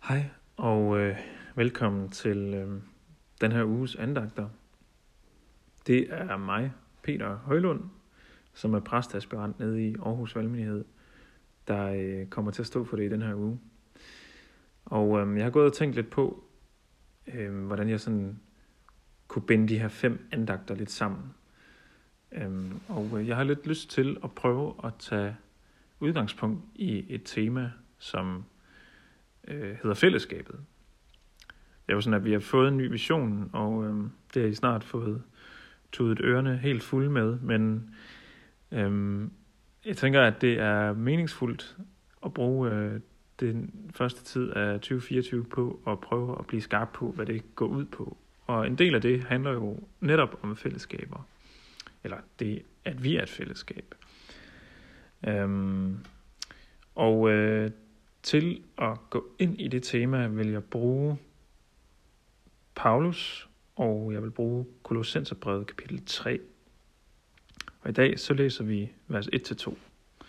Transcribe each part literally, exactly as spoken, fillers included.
Hej og øh, velkommen til øh, den her uges andagter. Det er mig, Peter Højlund, som er præstaspirant nede i Aarhus Valgmenighed, der øh, kommer til at stå for det i den her uge. Og øh, jeg har gået og tænkt lidt på, øh, hvordan jeg sådan kunne binde de her fem andagter lidt sammen. Øh, og øh, jeg har lidt lyst til at prøve at tage udgangspunkt i et tema, som øh, hedder fællesskabet. Det er jo sådan, at vi har fået en ny vision, og øh, det har I snart fået tudet ørerne helt fulde med, men øh, jeg tænker, at det er meningsfuldt at bruge øh, den første tid af tyve fireogtyve på at prøve at blive skarp på, hvad det går ud på. Og en del af det handler jo netop om fællesskaber, eller det, at vi er et fællesskab. Øh, og øh, til at gå ind i det tema, vil jeg bruge Paulus, og jeg vil bruge Kolossenserbrevet kapitel tre. Og i dag så læser vi vers et til to.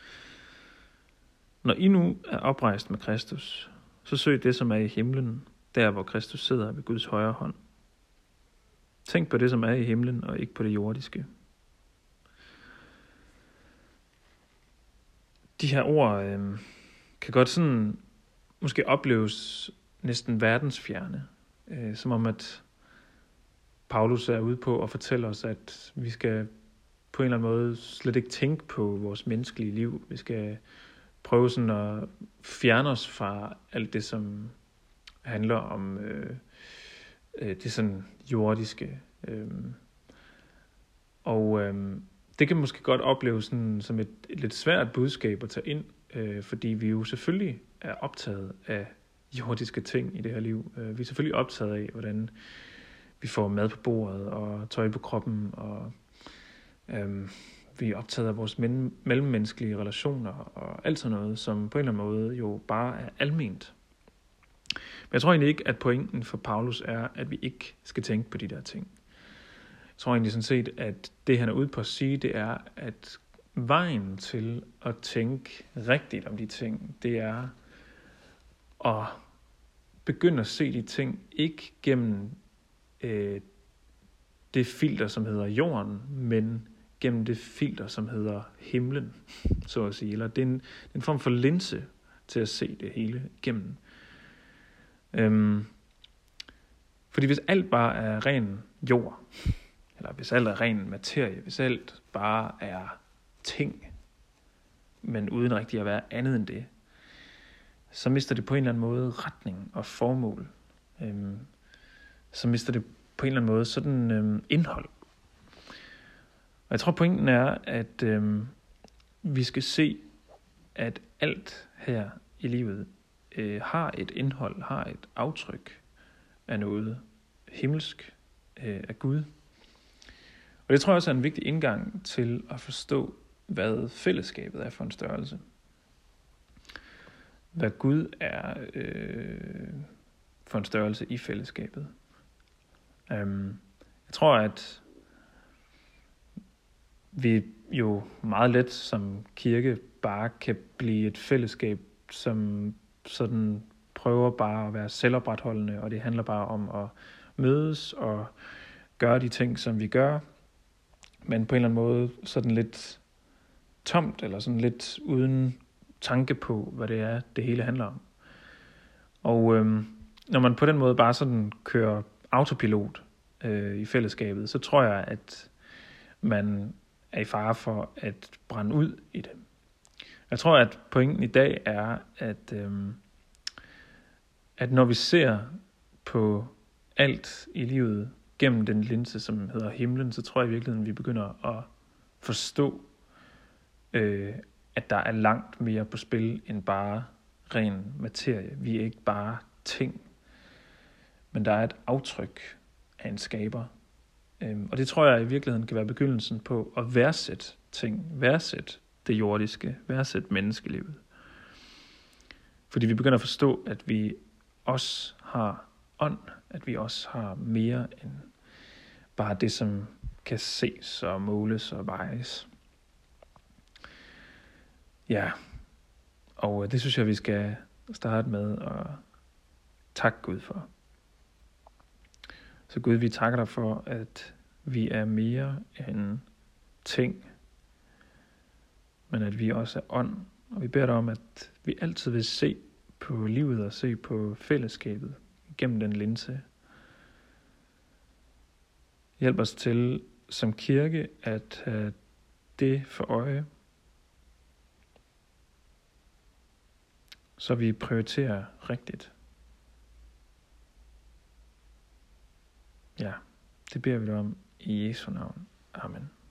Når I nu er oprejst med Kristus, så søg det, som er i himlen, der hvor Kristus sidder ved Guds højre hånd. Tænk på det, som er i himlen, og ikke på det jordiske. De her ord øh, kan godt sådan måske opleves næsten verdensfjerne. Øh, som om at Paulus er ude på at fortælle os, at vi skal på en eller anden måde slet ikke tænke på vores menneskelige liv. Vi skal prøve sådan at fjerne os fra alt det, som handler om øh, det sådan jordiske. Øh. Og øh, det kan måske godt opleves sådan, som et, et lidt svært budskab at tage ind, øh, fordi vi jo selvfølgelig er optaget af jordiske ting i det her liv. Vi er selvfølgelig optaget af, hvordan vi får mad på bordet og tøj på kroppen, og øhm, vi er optaget af vores men- mellemmenneskelige relationer og alt sådan noget, som på en eller anden måde jo bare er alment. Men jeg tror egentlig ikke, at pointen for Paulus er, at vi ikke skal tænke på de der ting. Jeg tror egentlig sådan set, at det han er ude på at sige, det er, at vejen til at tænke rigtigt om de ting, det er at begynde at se de ting ikke gennem øh, det filter, som hedder jorden, men gennem det filter, som hedder himlen, så at sige. Eller det er en, en form for linse til at se det hele igennem. Øhm, fordi hvis alt bare er ren jord, eller hvis alt er ren materie, hvis alt bare er ting, men uden rigtig at være andet end det, så mister det på en eller anden måde retning og formål. Øhm, så mister det på en eller anden måde sådan øhm, indhold. Og jeg tror pointen er, at øhm, vi skal se, at alt her i livet øh, har et indhold, har et aftryk af noget himmelsk, øh, af Gud. Og det tror jeg også er en vigtig indgang til at forstå, hvad fællesskabet er for en størrelse. Hvad Gud er øh, for en størrelse i fællesskabet. Um, jeg tror, at vi jo meget let som kirke bare kan blive et fællesskab, som sådan prøver bare at være selvopretholdende, og det handler bare om at mødes og gøre de ting, som vi gør, men på en eller anden måde sådan lidt tomt, eller sådan lidt uden tanke på, hvad det er, det hele handler om. Og øhm, når man på den måde bare sådan kører autopilot øh, i fællesskabet, så tror jeg, at man er i fare for at brænde ud i det. Jeg tror, at pointen i dag er, at, øhm, at når vi ser på alt i livet gennem den linse, som hedder himlen, så tror jeg i virkeligheden, at vi begynder at forstå, øh, at der er langt mere på spil end bare ren materie. Vi er ikke bare ting, men der er et aftryk af en skaber. Øhm, og det tror jeg i virkeligheden kan være begyndelsen på at værdsætte ting, værdsætte det jordiske, værdsætte menneskelivet. Fordi vi begynder at forstå, at vi også har ånd, at vi også har mere end bare det, som kan ses og måles og vejes. Ja, og det synes jeg, vi skal starte med at Tak Gud for. Så Gud, vi takker dig for, at vi er mere end ting, men at vi også er ånd. Og vi beder dig om, at vi altid vil se på livet og se på fællesskabet gennem den linse. Hjælp os til som kirke at have det for øje, så vi prioriterer rigtigt. Ja, det beder vi dig om i Jesu navn. Amen.